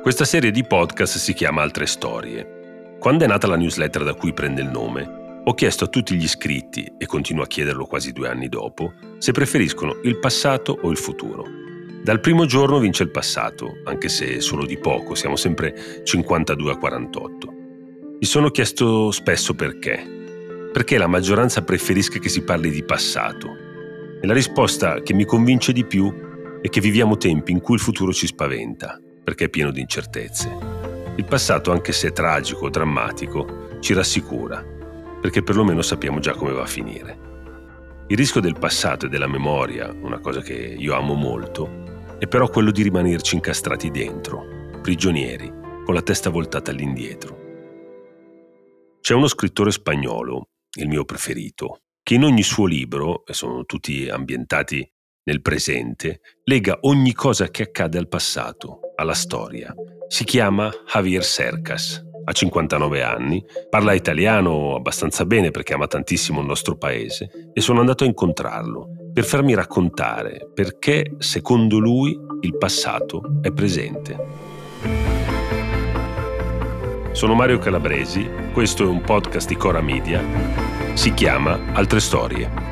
Questa serie di podcast si chiama Altre Storie. Quando è nata la newsletter da cui prende il nome, ho chiesto a tutti gli iscritti, e continuo a chiederlo quasi 2 anni dopo, se preferiscono il passato o il futuro. Dal primo giorno vince il passato, anche se solo di poco, siamo sempre 52 a 48. Mi sono chiesto spesso perché la maggioranza preferisca che si parli di passato. E la risposta che mi convince di più è che viviamo tempi in cui il futuro ci spaventa, perché è pieno di incertezze. Il passato, anche se è tragico o drammatico, ci rassicura, perché perlomeno sappiamo già come va a finire. Il rischio del passato e della memoria, una cosa che io amo molto, è però quello di rimanerci incastrati dentro, prigionieri, con la testa voltata all'indietro. C'è uno scrittore spagnolo, il mio preferito, che in ogni suo libro, e sono tutti ambientati nel presente, lega ogni cosa che accade al passato, alla storia. Si chiama Javier Cercas, ha 59 anni, parla italiano abbastanza bene perché ama tantissimo il nostro paese e sono andato a incontrarlo per farmi raccontare perché, secondo lui, il passato è presente. Sono Mario Calabresi, questo è un podcast di Cora Media, si chiama Altre Storie.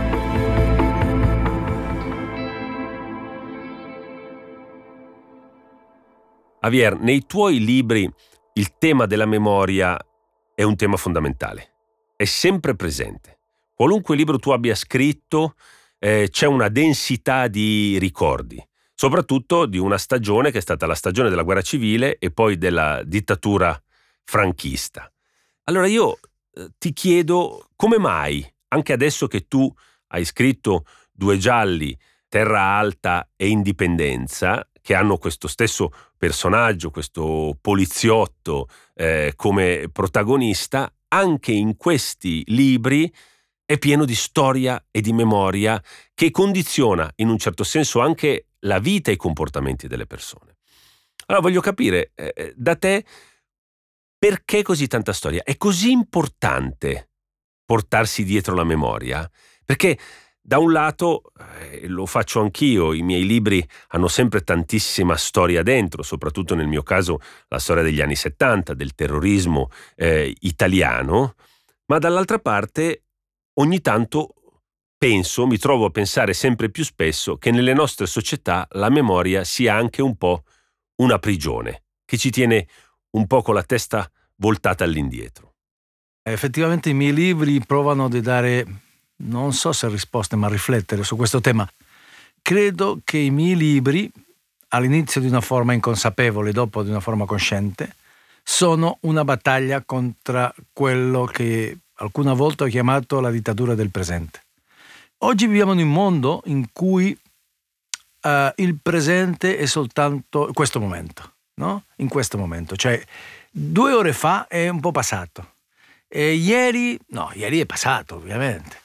Javier, nei tuoi libri il tema della memoria è un tema fondamentale, è sempre presente. Qualunque libro tu abbia scritto c'è una densità di ricordi, soprattutto di una stagione che è stata la stagione della guerra civile e poi della dittatura franchista. Allora io ti chiedo come mai, anche adesso che tu hai scritto 2 gialli, Terra Alta e Indipendenza, che hanno questo stesso personaggio, questo poliziotto come protagonista, anche in questi libri è pieno di storia e di memoria che condiziona in un certo senso anche la vita e i comportamenti delle persone. Allora voglio capire da te perché così tanta storia? È così importante portarsi dietro la memoria? Perché da un lato, lo faccio anch'io, i miei libri hanno sempre tantissima storia dentro, soprattutto nel mio caso la storia degli anni 70, del terrorismo italiano, ma dall'altra parte ogni tanto mi trovo a pensare sempre più spesso che nelle nostre società la memoria sia anche un po' una prigione, che ci tiene un po' con la testa voltata all'indietro. Effettivamente i miei libri provano di dare, non so se risposte, ma riflettere su questo tema. Credo che i miei libri, all'inizio di una forma inconsapevole, dopo di una forma cosciente, sono una battaglia contro quello che alcuna volta ho chiamato la dittatura del presente. Oggi viviamo in un mondo in cui il presente è soltanto questo momento, no? In questo momento, cioè 2 ore fa è un po' passato. Ieri è passato ovviamente.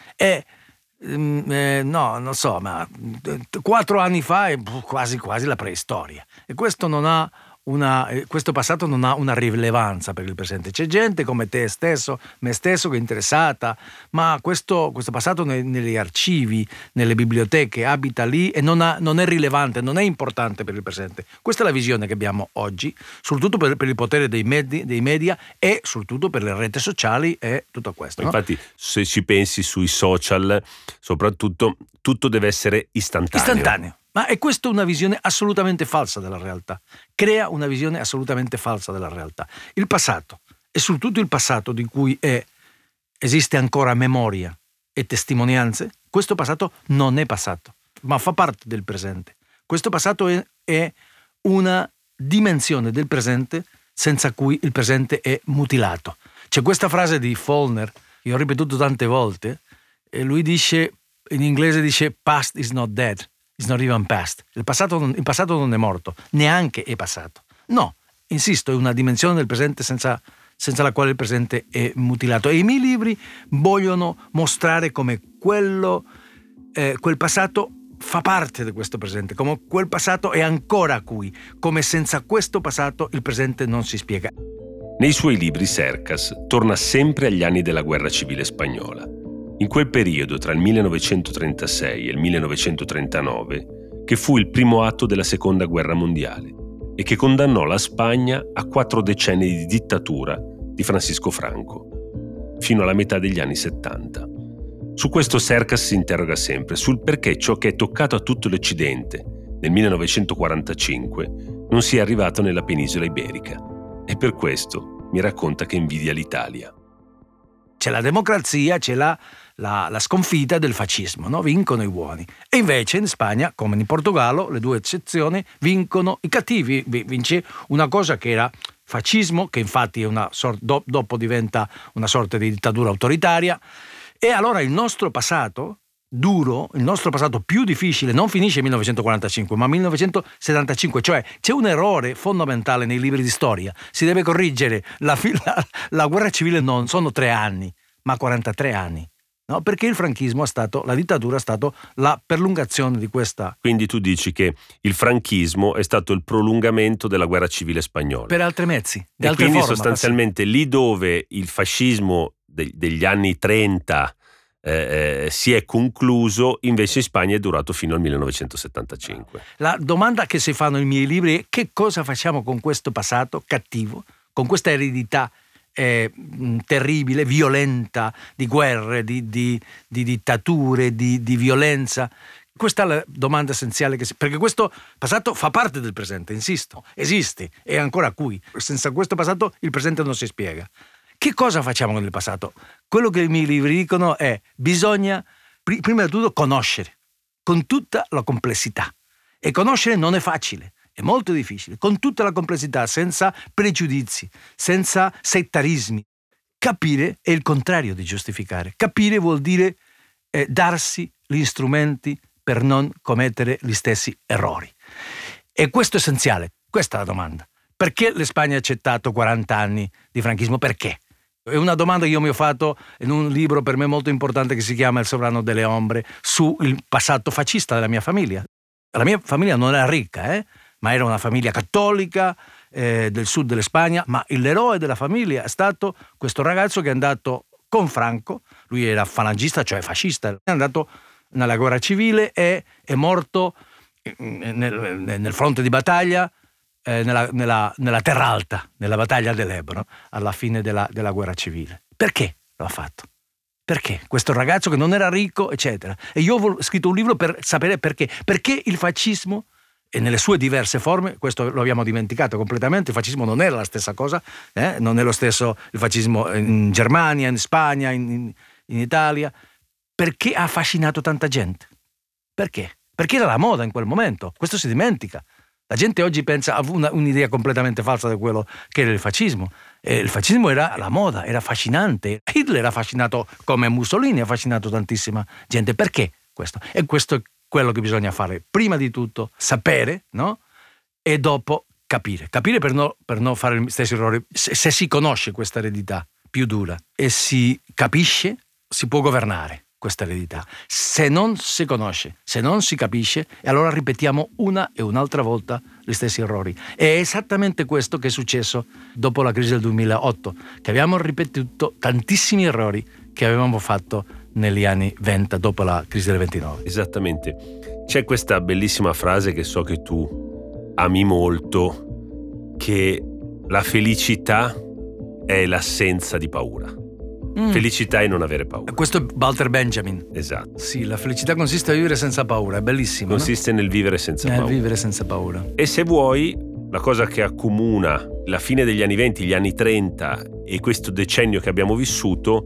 No, non so, ma 4 anni fa è quasi la preistoria. E questo questo passato non ha una rilevanza per il presente. C'è gente come te stesso, me stesso, che è interessata, ma questo passato negli archivi, nelle biblioteche, abita lì e non è rilevante, non è importante per il presente. Questa è la visione che abbiamo oggi, soprattutto per il potere dei media e soprattutto per le reti sociali e tutto questo. Infatti, no? Se ci pensi sui social, soprattutto tutto deve essere istantaneo. Ma è questa una visione assolutamente falsa della realtà. Crea una visione assolutamente falsa della realtà. Il passato, e soprattutto il passato di cui esiste ancora memoria e testimonianze, questo passato non è passato, ma fa parte del presente. Questo passato è una dimensione del presente senza cui il presente è mutilato. C'è questa frase di Faulkner, che ho ripetuto tante volte, e lui dice, in inglese dice, past is not dead. It's not even past. Il passato non è morto, neanche è passato. No, insisto, è una dimensione del presente senza la quale il presente è mutilato. E i miei libri vogliono mostrare come quel passato fa parte di questo presente, come quel passato è ancora qui, come senza questo passato il presente non si spiega. Nei suoi libri Cercas torna sempre agli anni della guerra civile spagnola. In quel periodo, tra il 1936 e il 1939, che fu il primo atto della Seconda Guerra Mondiale, e che condannò la Spagna a 4 decenni di dittatura di Francisco Franco, fino alla metà degli anni 70. Su questo Cercas si interroga sempre, sul perché ciò che è toccato a tutto l'Occidente nel 1945 non sia arrivato nella penisola iberica. E per questo mi racconta che invidia l'Italia. C'è la democrazia, c'è la sconfitta del fascismo, no? Vincono i buoni. E invece in Spagna, come in Portogallo, le 2 eccezioni, vincono i cattivi. Vince una cosa che era fascismo, che infatti è dopo diventa una sorta di dittatura autoritaria. E allora il nostro passato duro, il nostro passato più difficile non finisce nel 1945 ma 1975, cioè c'è un errore fondamentale nei libri di storia, si deve correggere, la guerra civile non sono 3 anni ma 43 anni, no? Perché il franchismo la dittatura è stato la prolungazione di questa. Quindi tu dici che il franchismo è stato il prolungamento della guerra civile spagnola per altri mezzi, di e altre quindi forme, sostanzialmente lì dove il fascismo degli anni 30 si è concluso, invece in Spagna è durato fino al 1975. La domanda che si fanno i miei libri è: che cosa facciamo con questo passato cattivo, con questa eredità terribile, violenta, di guerre, di dittature, di violenza? Questa è la domanda essenziale, perché questo passato fa parte del presente, insisto, esiste, è ancora qui. Senza questo passato il presente non si spiega. Che cosa facciamo con il passato? Quello che i miei libri dicono è: bisogna prima di tutto conoscere, con tutta la complessità. E conoscere non è facile, è molto difficile, con tutta la complessità, senza pregiudizi, senza settarismi. Capire è il contrario di giustificare. Capire vuol dire darsi gli strumenti per non commettere gli stessi errori. E questo è essenziale. Questa è la domanda. Perché l'Espagna ha accettato 40 anni di franchismo? Perché? È una domanda che io mi ho fatto in un libro per me molto importante che si chiama Il sovrano delle ombre, sul passato fascista della mia famiglia. La mia famiglia non era ricca, ma era una famiglia cattolica del sud della Spagna, ma l'eroe della famiglia è stato questo ragazzo che è andato con Franco, lui era falangista, cioè fascista, è andato nella guerra civile e è morto nel fronte di battaglia, nella Terra Alta, nella battaglia dell'Ebro, alla fine della guerra civile. Perché lo ha fatto? Perché? Questo ragazzo che non era ricco, eccetera. E io ho scritto un libro per sapere perché. Perché il fascismo, e nelle sue diverse forme, questo lo abbiamo dimenticato completamente, il fascismo non era la stessa cosa, non è lo stesso il fascismo in Germania, in Spagna, in Italia. Perché ha affascinato tanta gente? Perché? Perché era la moda in quel momento, questo si dimentica. La gente oggi pensa a un'idea completamente falsa di quello che era il fascismo. Il fascismo era la moda, era affascinante. Hitler ha affascinato, come Mussolini ha affascinato tantissima gente. Perché questo? E questo è quello che bisogna fare. Prima di tutto sapere, no? E dopo capire. Capire per non fare gli stessi errori. Se si conosce questa eredità più dura e si capisce, si può governare questa eredità. Se non si conosce, se non si capisce, e allora ripetiamo una e un'altra volta gli stessi errori. È esattamente questo che è successo dopo la crisi del 2008, che abbiamo ripetuto tantissimi errori che avevamo fatto negli anni 20 dopo la crisi del 29. Esattamente. C'è questa bellissima frase che so che tu ami molto, che la felicità è l'assenza di paura. Felicità è non avere paura. Questo è Walter Benjamin. Esatto. Sì, la felicità consiste a vivere senza paura, è bellissimo. Consiste nel vivere senza paura. Nel vivere senza paura. E se vuoi, la cosa che accomuna la fine degli anni 20, gli anni 30 e questo decennio che abbiamo vissuto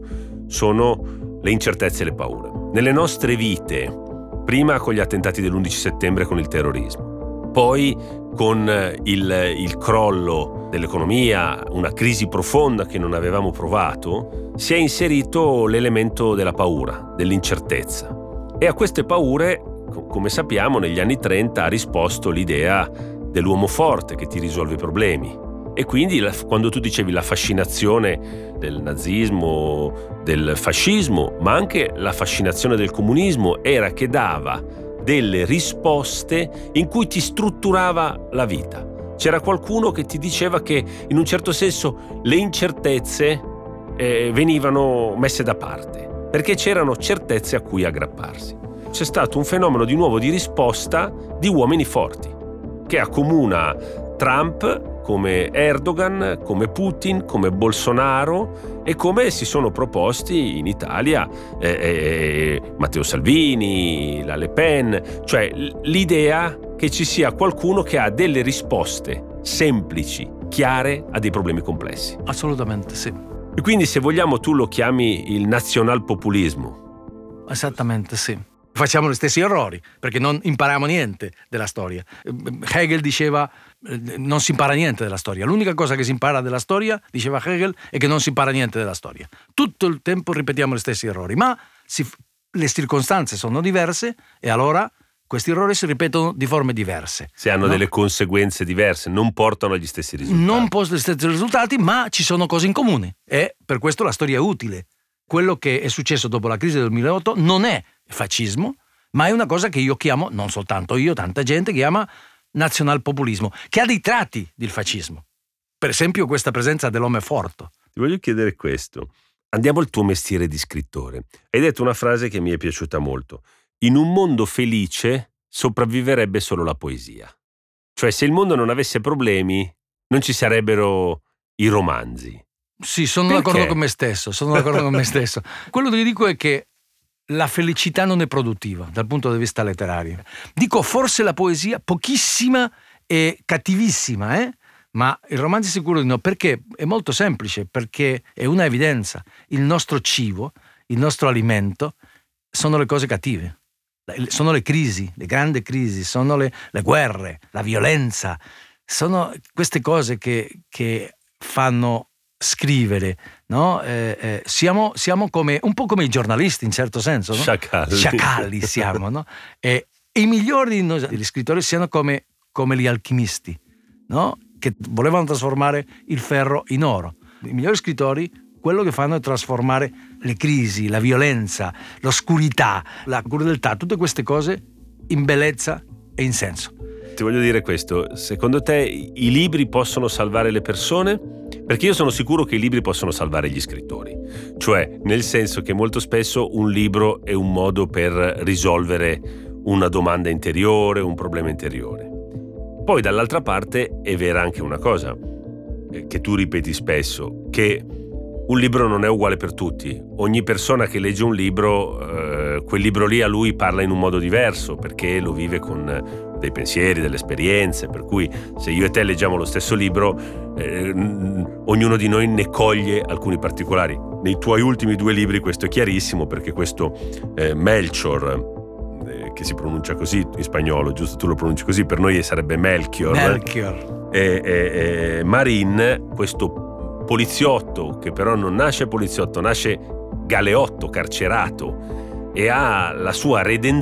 sono le incertezze e le paure. Nelle nostre vite, prima con gli attentati dell'11 settembre con il terrorismo, poi con il crollo dell'economia, una crisi profonda che non avevamo provato, si è inserito l'elemento della paura, dell'incertezza. E a queste paure, come sappiamo, negli anni 30 ha risposto l'idea dell'uomo forte che ti risolve i problemi. E quindi quando tu dicevi la fascinazione del nazismo, del fascismo, ma anche la fascinazione del comunismo, era che dava delle risposte in cui ti strutturava la vita. C'era qualcuno che ti diceva che in un certo senso le incertezze venivano messe da parte, perché c'erano certezze a cui aggrapparsi. C'è stato un fenomeno di nuovo di risposta di uomini forti, che accomuna Trump, come Erdogan, come Putin, come Bolsonaro e come si sono proposti in Italia Matteo Salvini, la Le Pen, cioè l'idea che ci sia qualcuno che ha delle risposte semplici, chiare a dei problemi complessi. Assolutamente sì. E quindi, se vogliamo, tu lo chiami il nazionalpopulismo. Esattamente sì. Facciamo gli stessi errori perché non impariamo niente della storia. Hegel diceva non si impara niente della storia. L'unica cosa che si impara della storia, diceva Hegel, è che non si impara niente della storia. Tutto il tempo ripetiamo gli stessi errori, ma le circostanze sono diverse e allora questi errori si ripetono di forme diverse. Se hanno delle conseguenze diverse, non portano agli stessi risultati. Non portano agli stessi risultati, ma ci sono cose in comune e per questo la storia è utile. Quello che è successo dopo la crisi del 2008 non è fascismo, ma è una cosa che io chiamo, non soltanto io, tanta gente chiama nazionalpopulismo, che ha dei tratti del fascismo. Per esempio questa presenza dell'uomo forte. Ti voglio chiedere questo. Andiamo al tuo mestiere di scrittore. Hai detto una frase che mi è piaciuta molto. In un mondo felice sopravviverebbe solo la poesia. Cioè, se il mondo non avesse problemi, non ci sarebbero i romanzi. Sì, sono d'accordo con me stesso. Quello che dico è che la felicità non è produttiva dal punto di vista letterario. Dico forse la poesia pochissima e cattivissima, ma il romanzo sicuro di no, perché è molto semplice, perché è una evidenza. Il nostro cibo, il nostro alimento sono le cose cattive, sono le crisi, le grandi crisi, sono le guerre, la violenza, sono queste cose che fanno scrivere, no? Siamo come un po' come i giornalisti in certo senso, no? Sciacalli siamo, no? E i migliori degli scrittori siano come gli alchimisti, no? Che volevano trasformare il ferro in oro. I migliori scrittori quello che fanno è trasformare le crisi, la violenza, l'oscurità, la crudeltà, tutte queste cose in bellezza e in senso. Ti voglio dire questo, secondo te i libri possono salvare le persone? Perché io sono sicuro che i libri possono salvare gli scrittori, cioè nel senso che molto spesso un libro è un modo per risolvere una domanda interiore, un problema interiore. Poi dall'altra parte è vera anche una cosa che tu ripeti spesso, che un libro non è uguale per tutti. Ogni persona che legge un libro, quel libro lì a lui parla in un modo diverso perché lo vive con dei pensieri, delle esperienze, per cui se io e te leggiamo lo stesso libro, ognuno di noi ne coglie alcuni particolari. Nei tuoi ultimi 2 libri questo è chiarissimo, perché questo Melchior, che si pronuncia così in spagnolo, giusto? Tu lo pronunci così, per noi sarebbe Melchior. E Marin, questo poliziotto che però non nasce poliziotto, nasce galeotto, carcerato, e ha la sua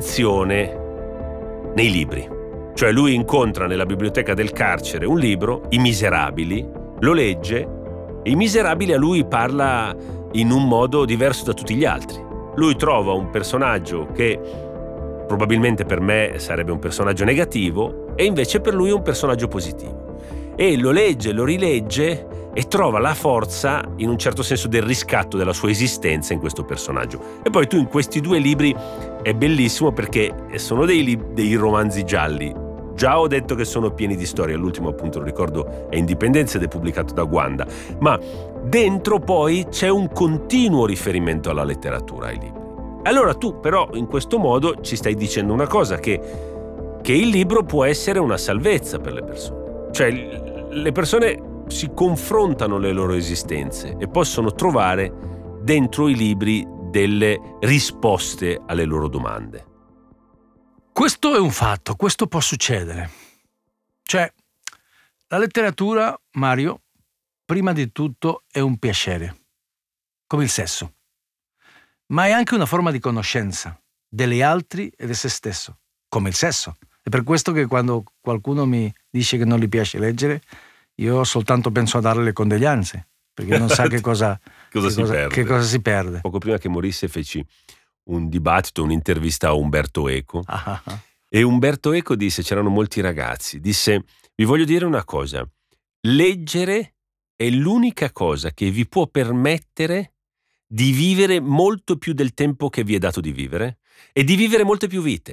redenzione nei libri. Cioè lui incontra nella biblioteca del carcere un libro, I Miserabili, lo legge e I Miserabili a lui parla in un modo diverso da tutti gli altri. Lui trova un personaggio che probabilmente per me sarebbe un personaggio negativo e invece per lui è un personaggio positivo. E lo legge, lo rilegge e trova la forza, in un certo senso, del riscatto della sua esistenza in questo personaggio. E poi tu in questi 2 libri è bellissimo perché sono dei romanzi gialli. Già ho detto che sono pieni di storie, l'ultimo appunto lo ricordo è Indipendenza ed è pubblicato da Guanda, ma dentro poi c'è un continuo riferimento alla letteratura, ai libri. Allora tu però in questo modo ci stai dicendo una cosa, che il libro può essere una salvezza per le persone. Cioè le persone si confrontano le loro esistenze e possono trovare dentro i libri delle risposte alle loro domande. Questo è un fatto, questo può succedere. Cioè, la letteratura, Mario, prima di tutto è un piacere, come il sesso, ma è anche una forma di conoscenza degli altri e di se stesso, come il sesso. È per questo che quando qualcuno mi dice che non gli piace leggere, io soltanto penso a darle le condoglianze, perché non sa che cosa si perde. Poco prima che morisse feci un dibattito, un'intervista a Umberto Eco. E Umberto Eco disse, c'erano molti ragazzi, disse: vi voglio dire una cosa, leggere è l'unica cosa che vi può permettere di vivere molto più del tempo che vi è dato di vivere e di vivere molte più vite,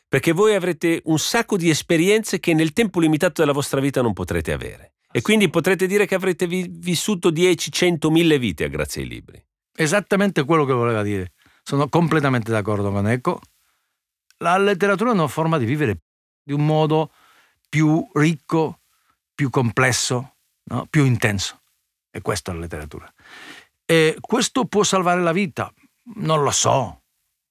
perché voi avrete un sacco di esperienze che nel tempo limitato della vostra vita non potrete avere. E quindi potrete dire che avrete vissuto 10, 100, 1000 vite grazie ai libri. Esattamente quello che voleva dire. Sono completamente d'accordo con Ecco. La letteratura è una forma di vivere di un modo più ricco, più complesso, no? Più intenso. E questa è la letteratura. E questo può salvare la vita? Non lo so.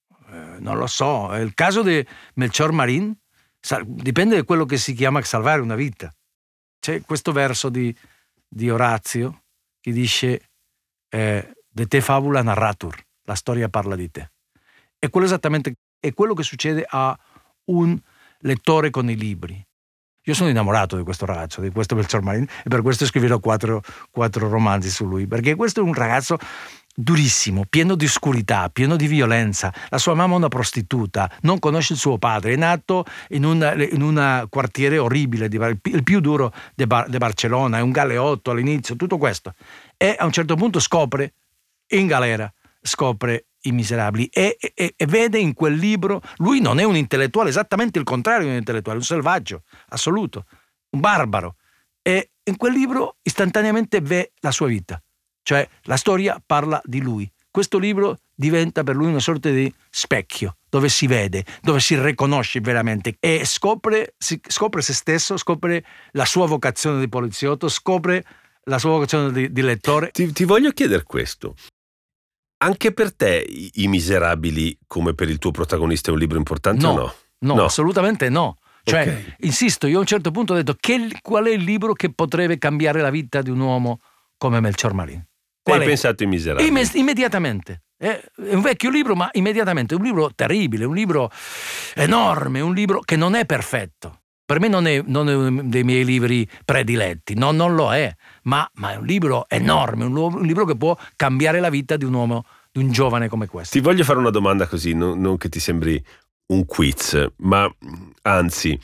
Il caso di Melchior Marín dipende da quello che si chiama salvare una vita. C'è questo verso di Orazio che dice de te fabula narratur, la storia parla di te. E quello esattamente è quello che succede a un lettore con i libri. Io sono innamorato di questo ragazzo, di questo Melchior Marín, e per questo scriverò 4 romanzi su lui, perché questo è un ragazzo durissimo, pieno di oscurità, pieno di violenza. La sua mamma è una prostituta, non conosce il suo padre, è nato in un quartiere orribile, il più duro di Barcellona, è un galeotto all'inizio, tutto questo. E a un certo punto scopre, in galera, scopre I Miserabili e vede in quel libro, lui non è un intellettuale, esattamente il contrario di un intellettuale, un selvaggio assoluto, un barbaro, e in quel libro istantaneamente vede la sua vita, cioè la storia parla di lui. Questo libro diventa per lui una sorta di specchio dove si vede, dove si riconosce veramente e scopre se stesso, scopre la sua vocazione di poliziotto, scopre la sua vocazione di lettore. Ti voglio chiedere questo. Anche per te I Miserabili, come per il tuo protagonista, è un libro importante o no? No, assolutamente no. Cioè, okay. Insisto, io a un certo punto ho detto qual è il libro che potrebbe cambiare la vita di un uomo come Melchior Marín? Hai pensato ai Miserabili? Immediatamente. È un vecchio libro, ma immediatamente. È un libro terribile, un libro enorme, un libro che non è perfetto. Per me non è uno dei miei libri prediletti, non lo è, ma è un libro enorme, un libro che può cambiare la vita di un uomo, di un giovane come questo. Ti voglio fare una domanda così, non che ti sembri un quiz, ma anzi,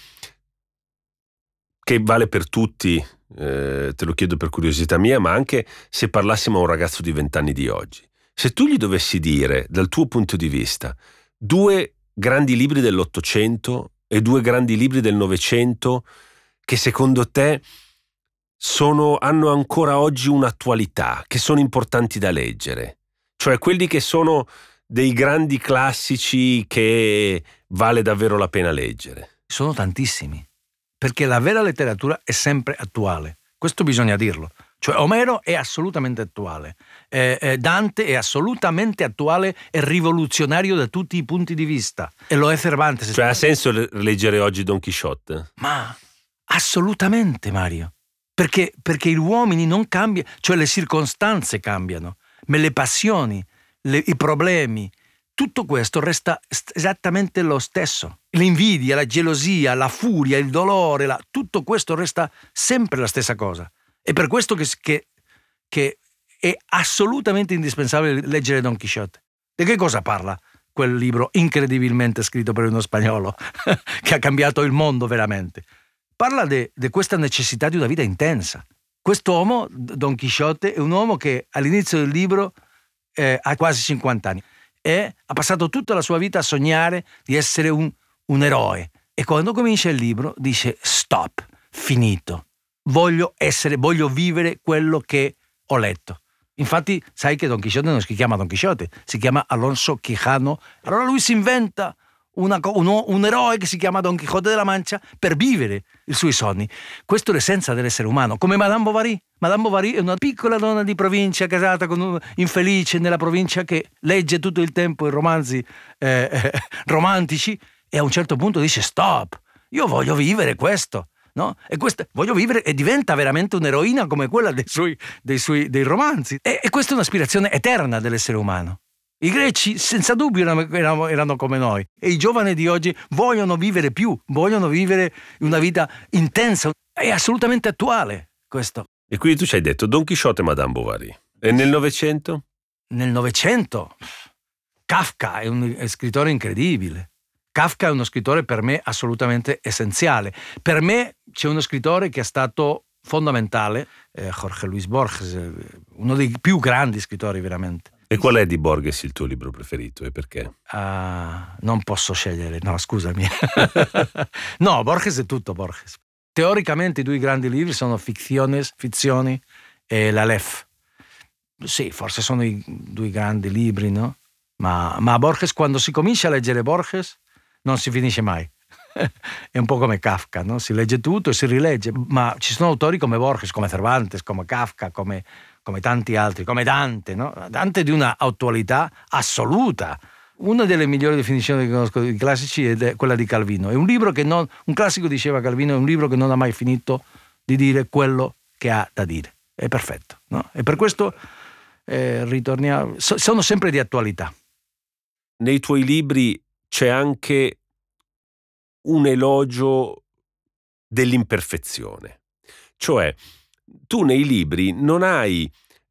che vale per tutti, te lo chiedo per curiosità mia, ma anche se parlassimo a un ragazzo di 20 anni di oggi. Se tu gli dovessi dire, dal tuo punto di vista, 2 grandi libri dell'800 e 2 grandi libri del Novecento che secondo te hanno ancora oggi un'attualità, che sono importanti da leggere, cioè quelli che sono dei grandi classici che vale davvero la pena leggere. Sono tantissimi, perché la vera letteratura è sempre attuale, questo bisogna dirlo. Cioè Omero è assolutamente attuale, Dante è assolutamente attuale e rivoluzionario da tutti i punti di vista, e lo è Cervantes. Cioè ha senso leggere oggi Don Chisciotte? Ma assolutamente, Mario, perché gli uomini non cambiano, cioè le circostanze cambiano, ma le passioni, i problemi, tutto questo resta esattamente lo stesso. L'invidia, la gelosia, la furia, il dolore, tutto questo resta sempre la stessa cosa. È per questo che è assolutamente indispensabile leggere Don Chisciotte. Di che cosa parla quel libro incredibilmente scritto per uno spagnolo che ha cambiato il mondo veramente? Parla di questa necessità di una vita intensa. Quest'uomo, Don Chisciotte, è un uomo che all'inizio del libro ha quasi 50 anni e ha passato tutta la sua vita a sognare di essere un eroe. E quando comincia il libro dice stop, finito. Voglio vivere quello che ho letto. Infatti sai che Don Chisciotte non si chiama Don Chisciotte, si chiama Alonso Quijano. Allora lui si inventa un eroe che si chiama Don Quixote della Mancia per vivere i suoi sogni. Questo è l'essenza dell'essere umano, come Madame Bovary. Madame Bovary è una piccola donna di provincia casata con un infelice nella provincia che legge tutto il tempo i romanzi romantici e a un certo punto dice stop, io voglio vivere questo. No? E voglio vivere, e diventa veramente un'eroina come quella dei romanzi. E questa è un'aspirazione eterna dell'essere umano. I greci senza dubbio erano come noi, e i giovani di oggi vogliono vivere più, vogliono vivere una vita intensa. È assolutamente attuale questo. E quindi tu ci hai detto Don Chisciotte e Madame Bovary. E nel Novecento? Nel Novecento Kafka è un scrittore incredibile. Kafka è uno scrittore per me assolutamente essenziale. Per me c'è uno scrittore che è stato fondamentale, Jorge Luis Borges, uno dei più grandi scrittori veramente. E qual è di Borges il tuo libro preferito e perché? Non posso scegliere, no, scusami. No, Borges è tutto Borges. Teoricamente i due grandi libri sono Fizioni e l'Aleph. Sì, forse sono i due grandi libri, no? Ma Borges, quando si comincia a leggere Borges, non si finisce mai. È un po' come Kafka, no? Si legge tutto e si rilegge, ma ci sono autori come Borges, come Cervantes, come Kafka, come tanti altri, come Dante, no? Dante è di una attualità assoluta. Una delle migliori definizioni che conosco di classici è quella di Calvino. È un libro che un classico diceva Calvino, è un libro che non ha mai finito di dire quello che ha da dire. È perfetto, no? E per questo ritorniamo, sono sempre di attualità. Nei tuoi libri c'è anche un elogio dell'imperfezione. Cioè, tu nei libri non hai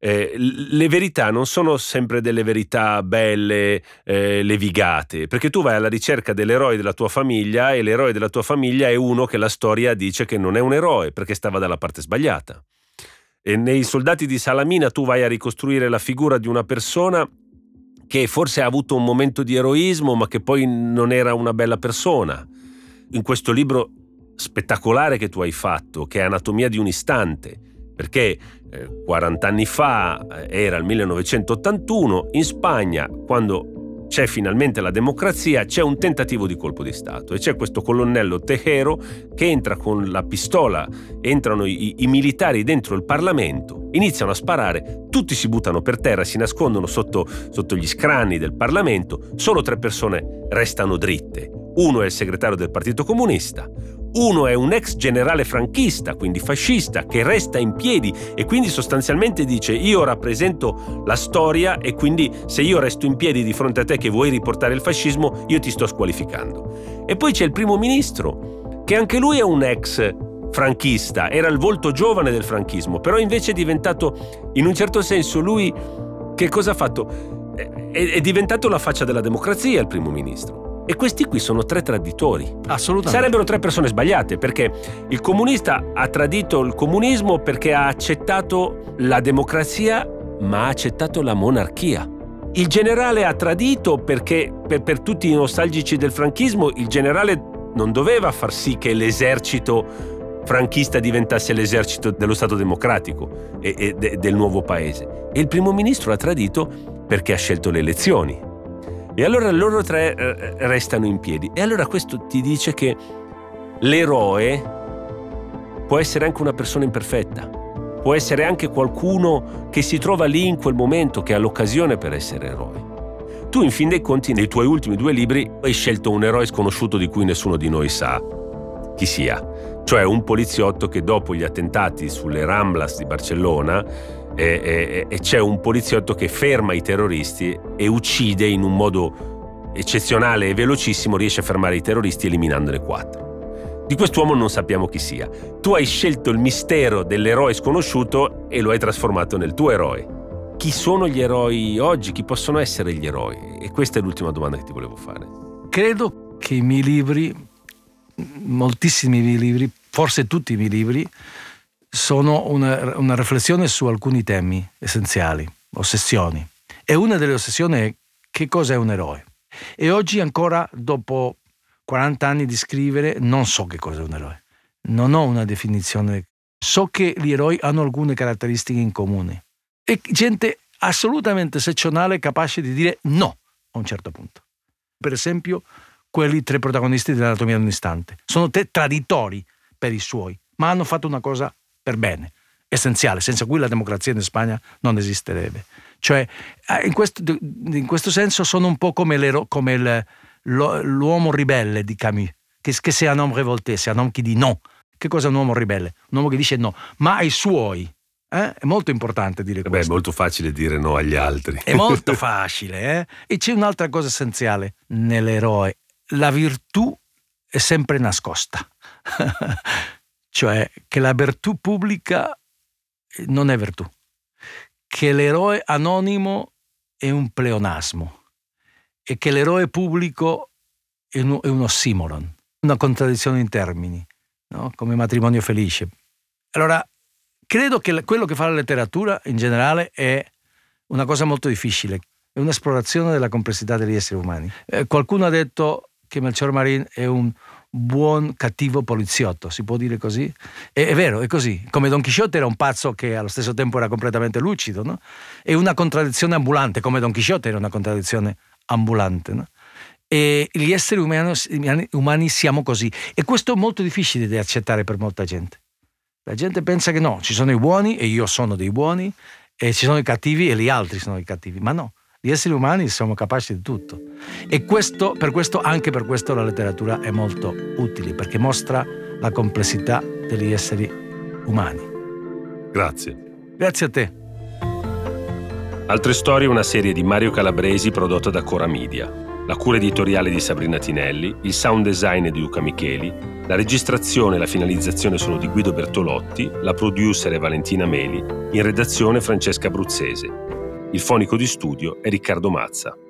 le verità non sono sempre delle verità belle, levigate, perché tu vai alla ricerca dell'eroe della tua famiglia e l'eroe della tua famiglia è uno che la storia dice che non è un eroe perché stava dalla parte sbagliata. E nei Soldati di Salamina tu vai a ricostruire la figura di una persona che forse ha avuto un momento di eroismo ma che poi non era una bella persona. In questo libro spettacolare che tu hai fatto, che è Anatomia di un istante, perché 40 anni fa, era il 1981, in Spagna, quando c'è finalmente la democrazia, c'è un tentativo di colpo di Stato e c'è questo colonnello Tejero che entra con la pistola, entrano i militari dentro il Parlamento, iniziano a sparare, tutti si buttano per terra, si nascondono sotto gli scranni del Parlamento, solo 3 persone restano dritte. Uno è il segretario del Partito Comunista, uno è un ex generale franchista, quindi fascista, che resta in piedi e quindi sostanzialmente dice: io rappresento la storia e quindi se io resto in piedi di fronte a te che vuoi riportare il fascismo, io ti sto squalificando. E poi c'è il primo ministro, che anche lui è un ex franchista, era il volto giovane del franchismo, però invece è diventato, in un certo senso, lui che cosa ha fatto? È diventato la faccia della democrazia il primo ministro. E questi qui sono 3 traditori. Assolutamente. Sarebbero 3 persone sbagliate, perché il comunista ha tradito il comunismo perché ha accettato la democrazia, ma ha accettato la monarchia. Il generale ha tradito perché, per tutti i nostalgici del franchismo, il generale non doveva far sì che l'esercito franchista diventasse l'esercito dello Stato democratico e del nuovo paese. E il primo ministro ha tradito perché ha scelto le elezioni. E allora loro 3 restano in piedi. E allora questo ti dice che l'eroe può essere anche una persona imperfetta, può essere anche qualcuno che si trova lì in quel momento, che ha l'occasione per essere eroe. Tu in fin dei conti nei tuoi ultimi 2 libri hai scelto un eroe sconosciuto di cui nessuno di noi sa chi sia, cioè un poliziotto che dopo gli attentati sulle Ramblas di Barcellona e c'è un poliziotto che ferma i terroristi e uccide in un modo eccezionale e velocissimo, riesce a fermare i terroristi eliminandone 4. Di quest'uomo non sappiamo chi sia. Tu hai scelto il mistero dell'eroe sconosciuto e lo hai trasformato nel tuo eroe. Chi sono gli eroi oggi? Chi possono essere gli eroi? E questa è l'ultima domanda che ti volevo fare. Credo che i miei libri, moltissimi miei libri, forse tutti i miei libri, sono una riflessione su alcuni temi essenziali, ossessioni. E una delle ossessioni è: che cosa è un eroe? E oggi ancora, dopo 40 anni di scrivere, non so che cosa è un eroe. Non ho una definizione. So che gli eroi hanno alcune caratteristiche in comune. E gente assolutamente eccezionale, capace di dire no a un certo punto. Per esempio, quelli 3 protagonisti dell'Anatomia di un istante. Sono 3 traditori per i suoi, ma hanno fatto una cosa per bene, essenziale, senza cui la democrazia in Spagna non esisterebbe. Cioè, in questo senso sono un po' come l'uomo ribelle di Camus, che c'est un homme révolté, c'est un homme qui dit no. Che cosa è un uomo ribelle? Un uomo che dice no, ma ai suoi. È molto importante dire questo. È molto facile dire no agli altri. È molto facile. E c'è un'altra cosa essenziale nell'eroe. La virtù è sempre nascosta. Cioè che la virtù pubblica non è virtù, che l'eroe anonimo è un pleonasmo e che l'eroe pubblico è un ossimoron, una contraddizione in termini, no? Come matrimonio felice. Allora, credo che quello che fa la letteratura in generale è una cosa molto difficile, è un'esplorazione della complessità degli esseri umani. Qualcuno ha detto che Melchior Marin è un buon cattivo poliziotto, si può dire così? È vero, è così. Come Don Chisciotte era un pazzo che allo stesso tempo era completamente lucido, no? È una contraddizione ambulante, come Don Chisciotte era una contraddizione ambulante, no? E gli esseri umani siamo così, e questo è molto difficile da accettare per molta gente. La gente pensa che no, ci sono i buoni e io sono dei buoni, e ci sono i cattivi e gli altri sono i cattivi, ma no, gli esseri umani siamo capaci di tutto, e anche per questo la letteratura è molto utile, perché mostra la complessità degli esseri umani. Grazie a te. Altre storie è una serie di Mario Calabresi prodotta da Cora Media. La cura editoriale di Sabrina Tinelli, il sound design di Luca Micheli, la registrazione e la finalizzazione sono di Guido Bertolotti, la producer è Valentina Meli, in redazione Francesca Bruzzese. Il fonico di studio è Riccardo Mazza.